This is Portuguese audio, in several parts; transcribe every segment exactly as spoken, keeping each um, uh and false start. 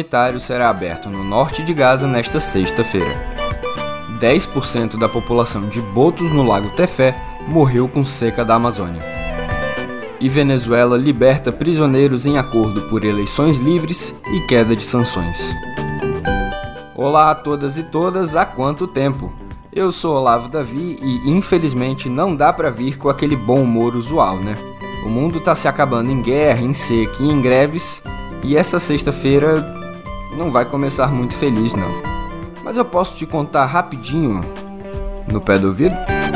humanitário será aberto no norte de Gaza nesta sexta-feira. dez por cento da população de botos no Lago Tefé morreu com seca da Amazônia. E Venezuela liberta prisioneiros em acordo por eleições livres e queda de sanções. Olá a todas e todas, há quanto tempo? Eu sou Olavo Davi e infelizmente não dá pra vir com aquele bom humor usual, né? O mundo tá se acabando em guerra, em seca e em greves, e essa sexta-feira não vai começar muito feliz não. Mas eu posso te contar rapidinho, no pé do ouvido?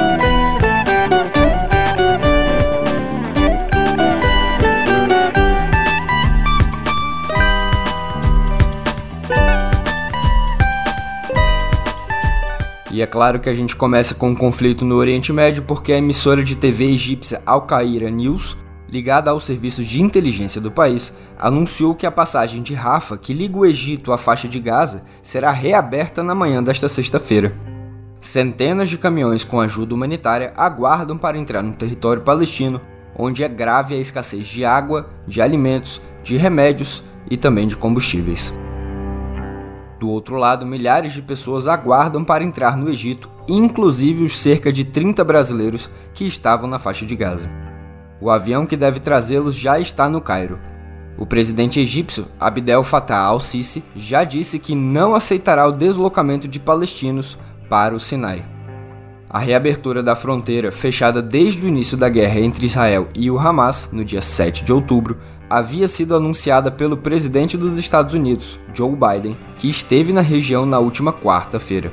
E é claro que a gente começa com um conflito no Oriente Médio porque a emissora de T V egípcia Al Qaeda News, ligada aos serviços de inteligência do país, anunciou que a passagem de Rafah, que liga o Egito à faixa de Gaza, será reaberta na manhã desta sexta-feira. Centenas de caminhões com ajuda humanitária aguardam para entrar no território palestino, onde é grave a escassez de água, de alimentos, de remédios e também de combustíveis. Do outro lado, milhares de pessoas aguardam para entrar no Egito, inclusive os cerca de trinta brasileiros que estavam na faixa de Gaza. O avião que deve trazê-los já está no Cairo. O presidente egípcio, Abdel Fattah al-Sisi, já disse que não aceitará o deslocamento de palestinos para o Sinai. A reabertura da fronteira, fechada desde o início da guerra entre Israel e o Hamas, no dia sete de outubro, havia sido anunciada pelo presidente dos Estados Unidos, Joe Biden, que esteve na região na última quarta-feira.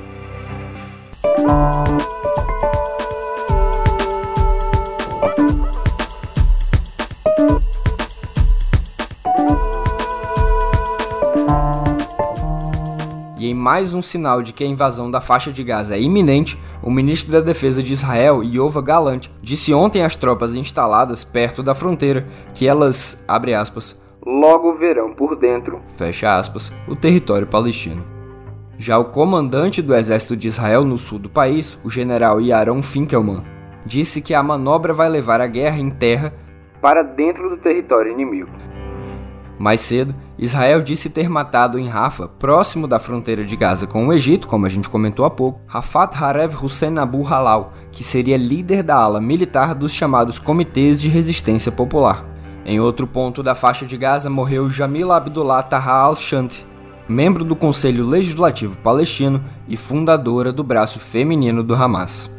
E em mais um sinal de que a invasão da faixa de Gaza é iminente, o ministro da Defesa de Israel, Yoav Gallant, disse ontem às tropas instaladas perto da fronteira que elas, abre aspas, logo verão por dentro, fecha aspas, o território palestino. Já o comandante do exército de Israel no sul do país, o general Yaron Finkelman, disse que a manobra vai levar a guerra em terra para dentro do território inimigo. Mais cedo, Israel disse ter matado em Rafah, próximo da fronteira de Gaza com o Egito, como a gente comentou há pouco, Rafat Harev Hussein Abu Halal, que seria líder da ala militar dos chamados Comitês de Resistência Popular. Em outro ponto da faixa de Gaza morreu Jamila Abdullah Taha al-Shanti, membro do Conselho Legislativo Palestino e fundadora do braço feminino do Hamas.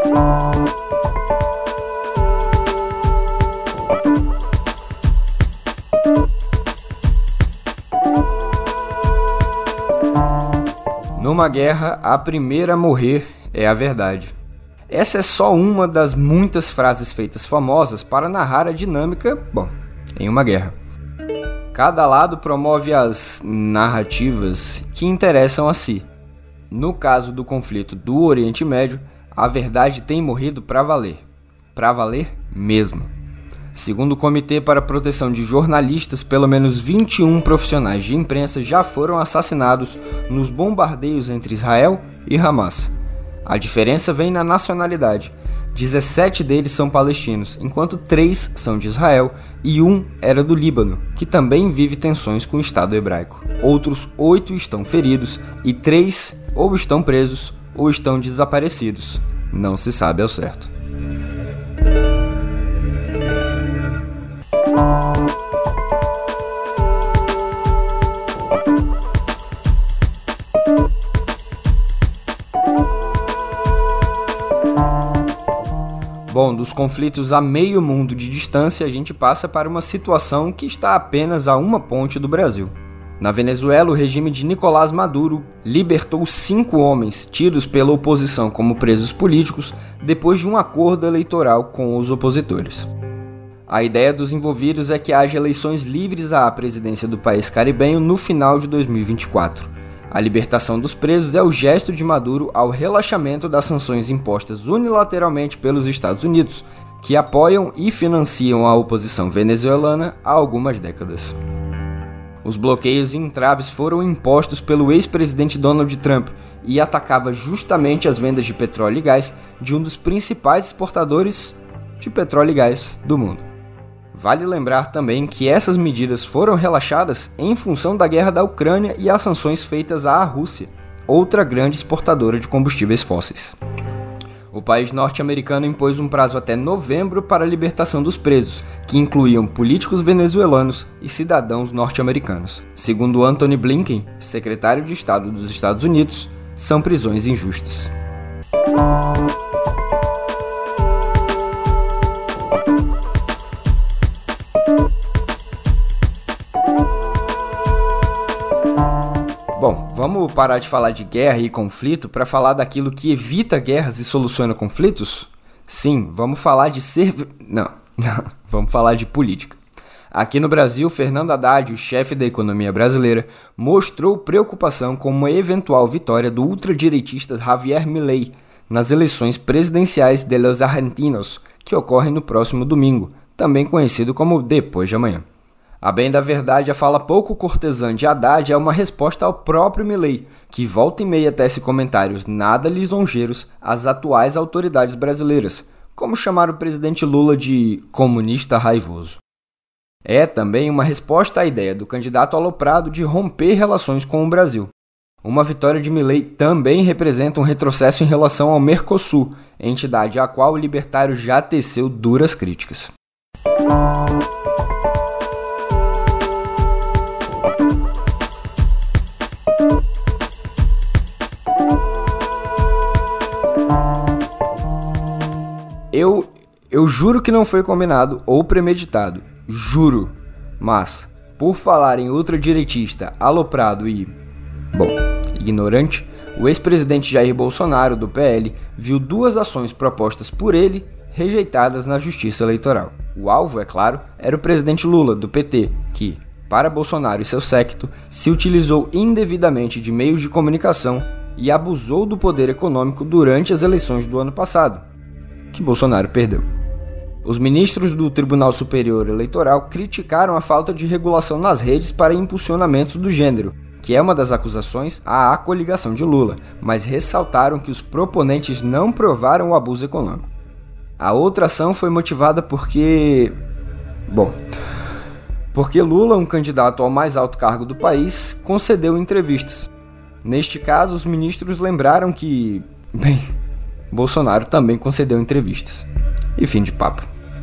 Numa guerra, a primeira a morrer é a verdade. Essa é só uma das muitas frases feitas famosas para narrar a dinâmica, bom, em uma guerra. Cada lado promove as narrativas que interessam a si. No caso do conflito do Oriente Médio, a verdade tem morrido para valer. Para valer mesmo. Segundo o Comitê para a Proteção de Jornalistas, pelo menos vinte e um profissionais de imprensa já foram assassinados nos bombardeios entre Israel e Hamas. A diferença vem na nacionalidade. dezessete deles são palestinos, enquanto três são de Israel e um era do Líbano, que também vive tensões com o Estado hebraico. Outros oito estão feridos e três ou estão presos ou estão desaparecidos. Não se sabe ao certo. Bom, dos conflitos a meio mundo de distância, a gente passa para uma situação que está apenas a uma ponte do Brasil. Na Venezuela, o regime de Nicolás Maduro libertou cinco homens tidos pela oposição como presos políticos depois de um acordo eleitoral com os opositores. A ideia dos envolvidos é que haja eleições livres à presidência do país caribenho no final de dois mil e vinte e quatro. A libertação dos presos é o gesto de Maduro ao relaxamento das sanções impostas unilateralmente pelos Estados Unidos, que apoiam e financiam a oposição venezuelana há algumas décadas. Os bloqueios e entraves foram impostos pelo ex-presidente Donald Trump e atacava justamente as vendas de petróleo e gás de um dos principais exportadores de petróleo e gás do mundo. Vale lembrar também que essas medidas foram relaxadas em função da guerra da Ucrânia e as sanções feitas à Rússia, outra grande exportadora de combustíveis fósseis. O país norte-americano impôs um prazo até novembro para a libertação dos presos, que incluíam políticos venezuelanos e cidadãos norte-americanos. Segundo Antony Blinken, secretário de Estado dos Estados Unidos, são prisões injustas. Bom, vamos parar de falar de guerra e conflito para falar daquilo que evita guerras e soluciona conflitos? Sim, vamos falar de servi... Não, não, vamos falar de política. Aqui no Brasil, Fernando Haddad, o chefe da economia brasileira, mostrou preocupação com uma eventual vitória do ultradireitista Javier Milei nas eleições presidenciais de los Argentinos, que ocorrem no próximo domingo, também conhecido como depois de amanhã. A bem da verdade, a fala pouco cortesã de Haddad é uma resposta ao próprio Milei, que volta e meia tece comentários nada lisonjeiros às atuais autoridades brasileiras, como chamar o presidente Lula de comunista raivoso. É também uma resposta à ideia do candidato aloprado de romper relações com o Brasil. Uma vitória de Milei também representa um retrocesso em relação ao Mercosul, entidade à qual o libertário já teceu duras críticas. Eu, eu juro que não foi combinado ou premeditado, juro, mas, por falar em ultradireitista, aloprado e, bom, ignorante, o ex-presidente Jair Bolsonaro, do P L, viu duas ações propostas por ele rejeitadas na Justiça Eleitoral. O alvo, é claro, era o presidente Lula, do P T, que, para Bolsonaro e seu séquito, se utilizou indevidamente de meios de comunicação e abusou do poder econômico durante as eleições do ano passado, que Bolsonaro perdeu. Os ministros do Tribunal Superior Eleitoral criticaram a falta de regulação nas redes para impulsionamentos do gênero, que é uma das acusações à coligação de Lula, mas ressaltaram que os proponentes não provaram o abuso econômico. A outra ação foi motivada porque... Bom... Porque Lula, um candidato ao mais alto cargo do país, concedeu entrevistas. Neste caso, os ministros lembraram que... Bem... Bolsonaro também concedeu entrevistas. E fim de papo.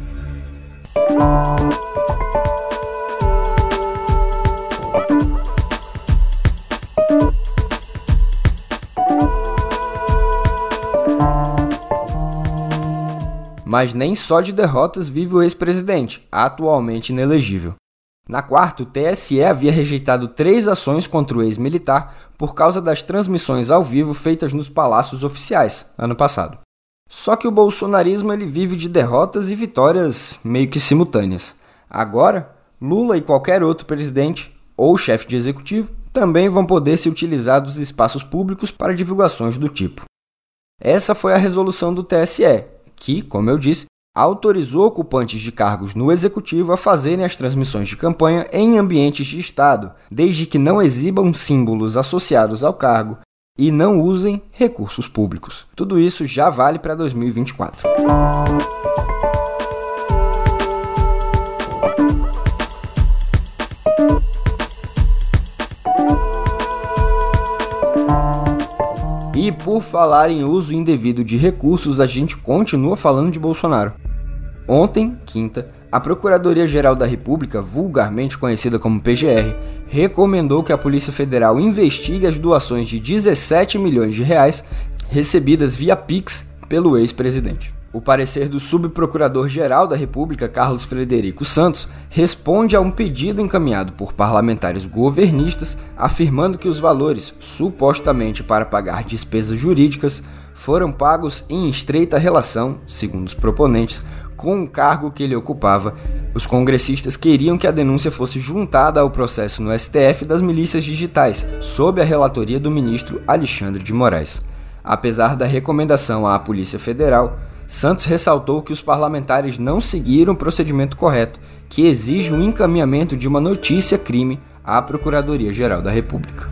Mas nem só de derrotas vive o ex-presidente, atualmente inelegível. Na quarta, o T S E havia rejeitado três ações contra o ex-militar por causa das transmissões ao vivo feitas nos palácios oficiais, ano passado. Só que o bolsonarismo ele vive de derrotas e vitórias meio que simultâneas. Agora, Lula e qualquer outro presidente ou chefe de executivo também vão poder se utilizar dos espaços públicos para divulgações do tipo. Essa foi a resolução do T S E, que, como eu disse, autorizou ocupantes de cargos no executivo a fazerem as transmissões de campanha em ambientes de Estado, desde que não exibam símbolos associados ao cargo e não usem recursos públicos. Tudo isso já vale para dois mil e vinte e quatro. E por falar em uso indevido de recursos, a gente continua falando de Bolsonaro. Ontem, quinta, a Procuradoria-Geral da República, vulgarmente conhecida como P G R, recomendou que a Polícia Federal investigue as doações de dezessete milhões de reais recebidas via Pix pelo ex-presidente. O parecer do Subprocurador-Geral da República, Carlos Frederico Santos, responde a um pedido encaminhado por parlamentares governistas, afirmando que os valores, supostamente para pagar despesas jurídicas, foram pagos em estreita relação, segundo os proponentes, com o cargo que ele ocupava. Os congressistas queriam que a denúncia fosse juntada ao processo no S T F das milícias digitais, sob a relatoria do ministro Alexandre de Moraes. Apesar da recomendação à Polícia Federal, Santos ressaltou que os parlamentares não seguiram o procedimento correto, que exige o encaminhamento de uma notícia-crime à Procuradoria-Geral da República.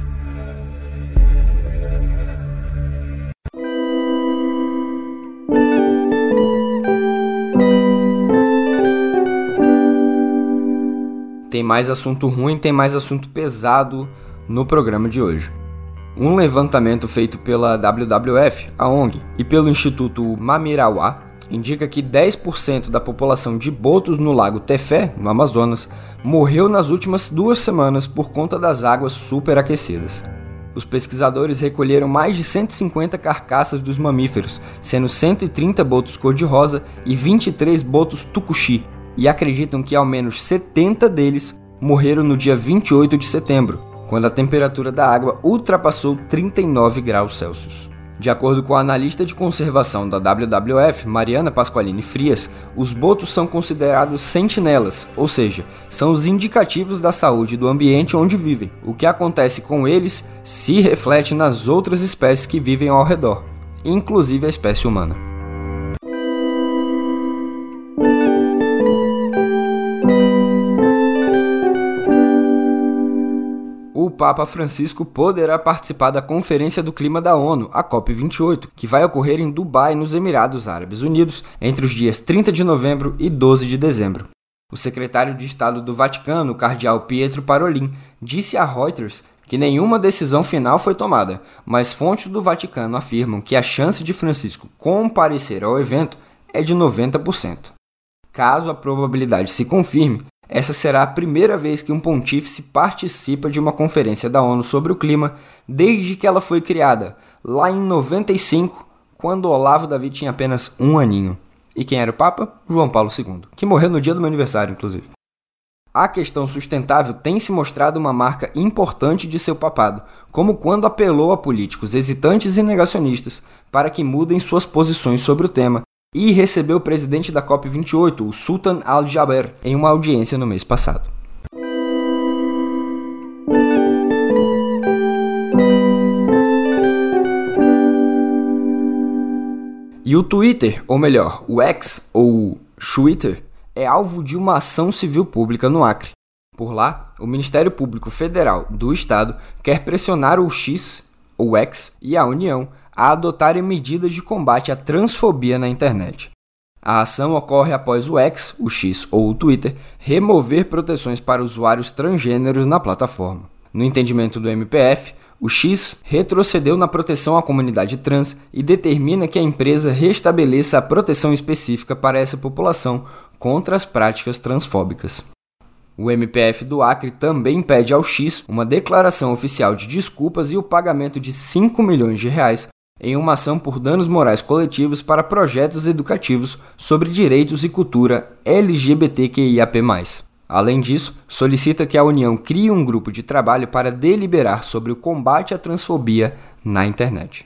tem mais assunto ruim, tem mais assunto pesado no programa de hoje. Um levantamento feito pela W W F, a ONG, e pelo Instituto Mamirawa indica que dez por cento da população de botos no Lago Tefé, no Amazonas, morreu nas últimas duas semanas por conta das águas superaquecidas. Os pesquisadores recolheram mais de cento e cinquenta carcaças dos mamíferos, sendo cento e trinta botos cor-de-rosa e vinte e três botos tucuxi, e acreditam que ao menos setenta deles morreram no dia vinte e oito de setembro, quando a temperatura da água ultrapassou trinta e nove graus Celsius. De acordo com a analista de conservação da W W F, Mariana Pasqualini Frias, os botos são considerados sentinelas, ou seja, são os indicativos da saúde do ambiente onde vivem. O que acontece com eles se reflete nas outras espécies que vivem ao redor, inclusive a espécie humana. O Papa Francisco poderá participar da Conferência do Clima da ONU, a COP vinte e oito, que vai ocorrer em Dubai, nos Emirados Árabes Unidos, entre os dias trinta de novembro e doze de dezembro. O secretário de Estado do Vaticano, o cardeal Pietro Parolin, disse a Reuters que nenhuma decisão final foi tomada, mas fontes do Vaticano afirmam que a chance de Francisco comparecer ao evento é de noventa por cento. Caso a probabilidade se confirme, essa será a primeira vez que um pontífice participa de uma conferência da ONU sobre o clima desde que ela foi criada, lá em noventa e cinco, quando Olavo Davi tinha apenas um aninho. E quem era o Papa? João Paulo segundo, que morreu no dia do meu aniversário, inclusive. A questão sustentável tem se mostrado uma marca importante de seu papado, como quando apelou a políticos hesitantes e negacionistas para que mudem suas posições sobre o tema, e recebeu o presidente da COP vinte e oito, o Sultan Al-Jaber, em uma audiência no mês passado. E o Twitter, ou melhor, o X, ou Twitter, é alvo de uma ação civil pública no Acre. Por lá, o Ministério Público Federal do Estado quer pressionar o X, ou X, e a União a adotarem medidas de combate à transfobia na internet. A ação ocorre após o X, o X ou o Twitter remover proteções para usuários transgêneros na plataforma. No entendimento do M P F, o X retrocedeu na proteção à comunidade trans e determina que a empresa restabeleça a proteção específica para essa população contra as práticas transfóbicas. O M P F do Acre também pede ao X uma declaração oficial de desculpas e o pagamento de cinco milhões de reais em uma ação por danos morais coletivos para projetos educativos sobre direitos e cultura L G B T Q I A P mais. Além disso, solicita que a União crie um grupo de trabalho para deliberar sobre o combate à transfobia na internet.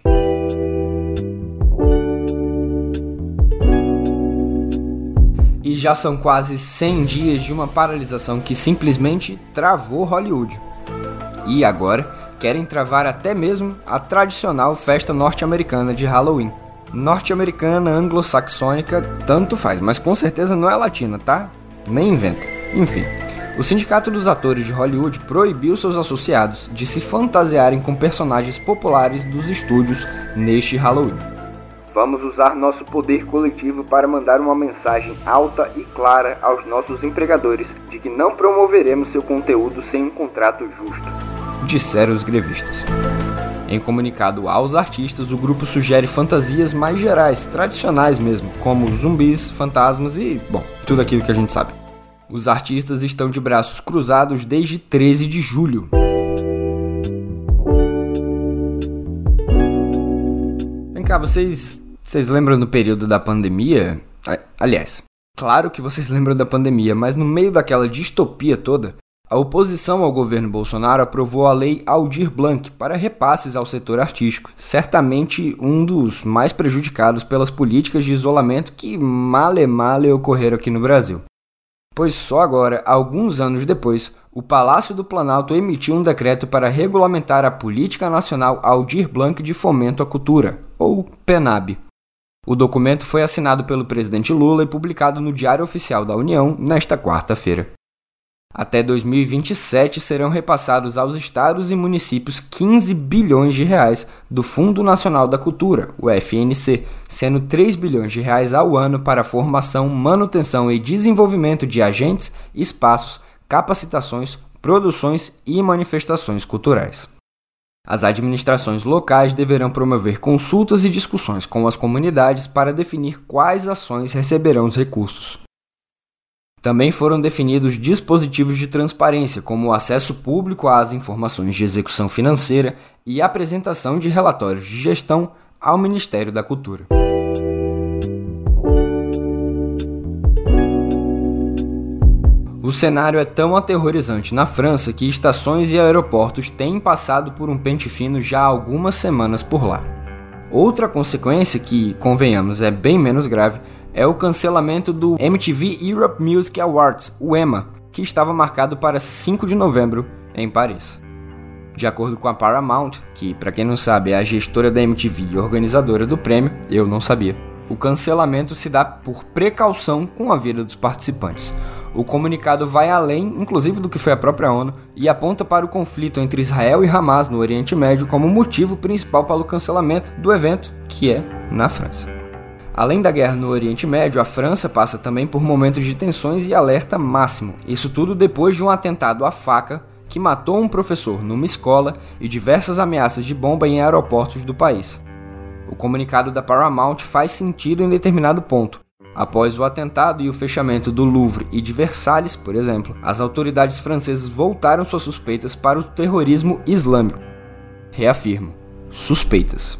E já são quase cem dias de uma paralisação que simplesmente travou Hollywood. E agora querem travar até mesmo a tradicional festa norte-americana de Halloween. Norte-americana, anglo-saxônica, tanto faz, mas com certeza não é latina, tá? Nem inventa. Enfim, o Sindicato dos Atores de Hollywood proibiu seus associados de se fantasiarem com personagens populares dos estúdios neste Halloween. Vamos usar nosso poder coletivo para mandar uma mensagem alta e clara aos nossos empregadores de que não promoveremos seu conteúdo sem um contrato justo, disseram os grevistas. Em comunicado aos artistas, o grupo sugere fantasias mais gerais, tradicionais mesmo, como zumbis, fantasmas e, bom, tudo aquilo que a gente sabe. Os artistas estão de braços cruzados desde treze de julho. Vem cá, vocês, vocês lembram do período da pandemia? Aliás, claro que vocês lembram da pandemia, mas no meio daquela distopia toda, a oposição ao governo Bolsonaro aprovou a Lei Aldir Blanc para repasses ao setor artístico, certamente um dos mais prejudicados pelas políticas de isolamento que male male ocorreram aqui no Brasil. Pois só agora, alguns anos depois, o Palácio do Planalto emitiu um decreto para regulamentar a Política Nacional Aldir Blanc de Fomento à Cultura, ou PENAB. O documento foi assinado pelo presidente Lula e publicado no Diário Oficial da União nesta quarta-feira. Até dois mil e vinte e sete serão repassados aos estados e municípios quinze bilhões de reais do Fundo Nacional da Cultura, o F N C, sendo três bilhões de reais ao ano para a formação, manutenção e desenvolvimento de agentes, espaços, capacitações, produções e manifestações culturais. As administrações locais deverão promover consultas e discussões com as comunidades para definir quais ações receberão os recursos. Também foram definidos dispositivos de transparência, como o acesso público às informações de execução financeira e apresentação de relatórios de gestão ao Ministério da Cultura. O cenário é tão aterrorizante na França que estações e aeroportos têm passado por um pente fino já há algumas semanas por lá. Outra consequência, que, convenhamos, é bem menos grave, é o cancelamento do M T V Europe Music Awards, o E M A, que estava marcado para cinco de novembro em Paris. De acordo com a Paramount, que, para quem não sabe, é a gestora da M T V e organizadora do prêmio, eu não sabia, o cancelamento se dá por precaução com a vida dos participantes. O comunicado vai além, inclusive, do que foi a própria ONU, e aponta para o conflito entre Israel e Hamas no Oriente Médio como motivo principal para o cancelamento do evento, que é na França. Além da guerra no Oriente Médio, a França passa também por momentos de tensões e alerta máximo. Isso tudo depois de um atentado à faca que matou um professor numa escola e diversas ameaças de bomba em aeroportos do país. O comunicado da Paramount faz sentido em determinado ponto. Após o atentado e o fechamento do Louvre e de Versalhes, por exemplo, as autoridades francesas voltaram suas suspeitas para o terrorismo islâmico. Reafirmo, suspeitas.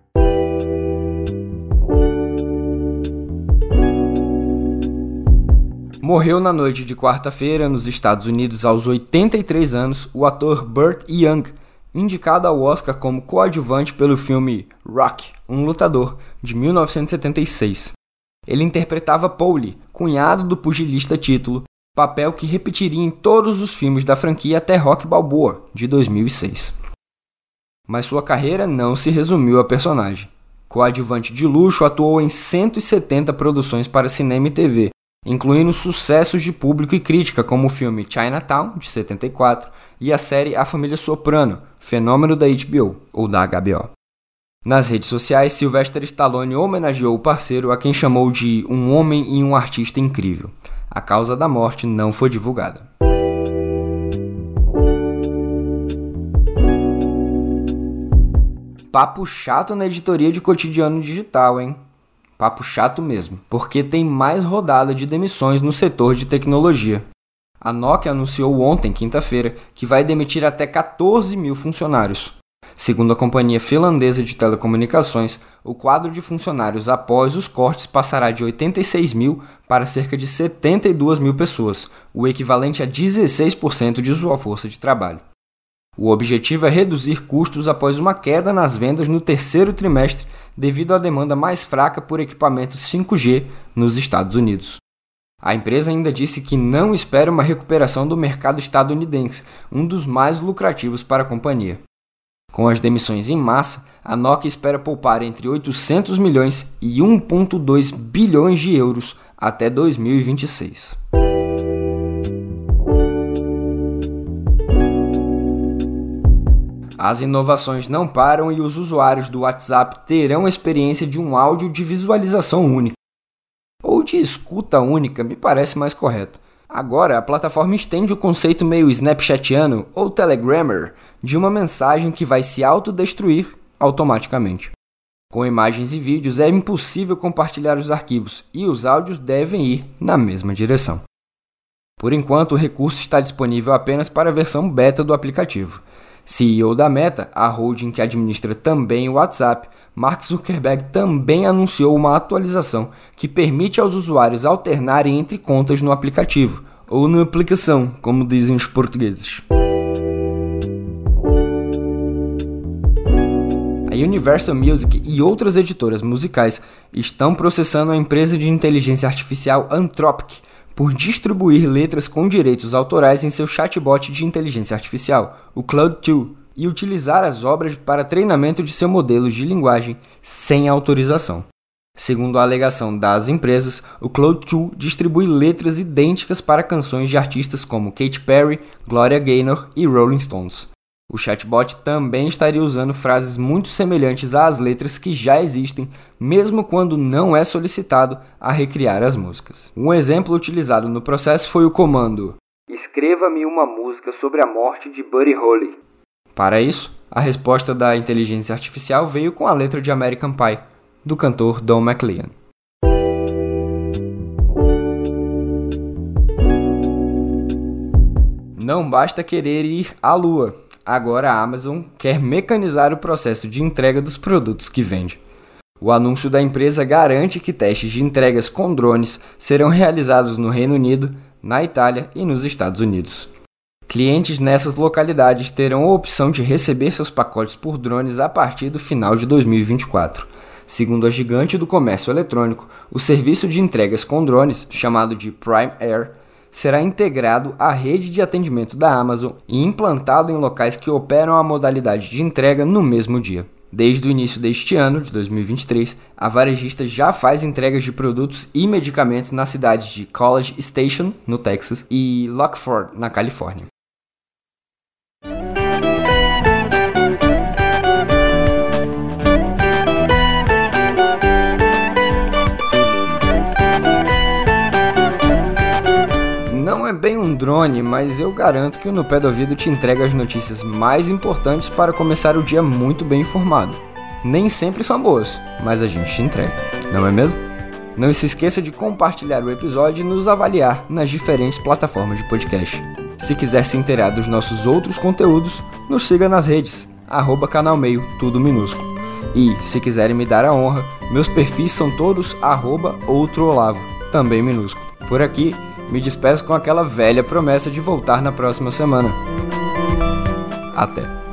Morreu na noite de quarta-feira, nos Estados Unidos, aos oitenta e três anos, o ator Burt Young, indicado ao Oscar como coadjuvante pelo filme Rock, um lutador, de mil novecentos e setenta e seis. Ele interpretava Paulie, cunhado do pugilista Título, papel que repetiria em todos os filmes da franquia até Rocky Balboa, de dois mil e seis. Mas sua carreira não se resumiu ao personagem. Coadjuvante de luxo, atuou em cento e setenta produções para cinema e T V, incluindo sucessos de público e crítica como o filme Chinatown, de setenta e quatro, e a série A Família Soprano, fenômeno da H B O, ou da H B O. Nas redes sociais, Sylvester Stallone homenageou o parceiro, a quem chamou de um homem e um artista incrível. A causa da morte não foi divulgada. Papo chato na editoria de Cotidiano Digital, hein? Papo chato mesmo, porque tem mais rodada de demissões no setor de tecnologia. A Nokia anunciou ontem, quinta-feira, que vai demitir até quatorze mil funcionários. Segundo a companhia finlandesa de telecomunicações, o quadro de funcionários após os cortes passará de oitenta e seis mil para cerca de setenta e duas mil pessoas, o equivalente a dezesseis por cento de sua força de trabalho. O objetivo é reduzir custos após uma queda nas vendas no terceiro trimestre devido à demanda mais fraca por equipamentos cinco G nos Estados Unidos. A empresa ainda disse que não espera uma recuperação do mercado estadunidense, um dos mais lucrativos para a companhia. Com as demissões em massa, a Nokia espera poupar entre oitocentos milhões e um vírgula dois bilhões de euros até dois mil e vinte e seis. As inovações não param e os usuários do WhatsApp terão a experiência de um áudio de visualização única. Ou de escuta única, me parece mais correto. Agora, a plataforma estende o conceito meio snapchatiano ou telegrammer de uma mensagem que vai se autodestruir automaticamente. Com imagens e vídeos é impossível compartilhar os arquivos e os áudios devem ir na mesma direção. Por enquanto, o recurso está disponível apenas para a versão beta do aplicativo. C E O da Meta, a holding que administra também o WhatsApp, Mark Zuckerberg também anunciou uma atualização que permite aos usuários alternarem entre contas no aplicativo, ou na aplicação, como dizem os portugueses. A Universal Music e outras editoras musicais estão processando a empresa de inteligência artificial Anthropic por distribuir letras com direitos autorais em seu chatbot de inteligência artificial, o Claude dois, e utilizar as obras para treinamento de seu modelo de linguagem sem autorização. Segundo a alegação das empresas, o Claude dois distribui letras idênticas para canções de artistas como Katy Perry, Gloria Gaynor e Rolling Stones. O chatbot também estaria usando frases muito semelhantes às letras que já existem, mesmo quando não é solicitado a recriar as músicas. Um exemplo utilizado no processo foi o comando escreva-me uma música sobre a morte de Buddy Holly. Para isso, a resposta da inteligência artificial veio com a letra de American Pie, do cantor Don McLean. Não basta querer ir à Lua. Agora a Amazon quer mecanizar o processo de entrega dos produtos que vende. O anúncio da empresa garante que testes de entregas com drones serão realizados no Reino Unido, na Itália e nos Estados Unidos. Clientes nessas localidades terão a opção de receber seus pacotes por drones a partir do final de dois mil e vinte e quatro. Segundo a gigante do comércio eletrônico, o serviço de entregas com drones, chamado de Prime Air, será integrado à rede de atendimento da Amazon e implantado em locais que operam a modalidade de entrega no mesmo dia. Desde o início deste ano, de dois mil e vinte e três, a varejista já faz entregas de produtos e medicamentos nas cidades de College Station, no Texas, e Lockford, na Califórnia. Não é bem um drone, mas eu garanto que o No Pé do Ouvido te entrega as notícias mais importantes para começar o dia muito bem informado. Nem sempre são boas, mas a gente te entrega, não é mesmo? Não se esqueça de compartilhar o episódio e nos avaliar nas diferentes plataformas de podcast. Se quiser se inteirar dos nossos outros conteúdos, nos siga nas redes, arroba canal meio, tudo minúsculo. E, se quiserem me dar a honra, meus perfis são todos arroba outro Olavo, também minúsculo. Por aqui, me despeço com aquela velha promessa de voltar na próxima semana. Até!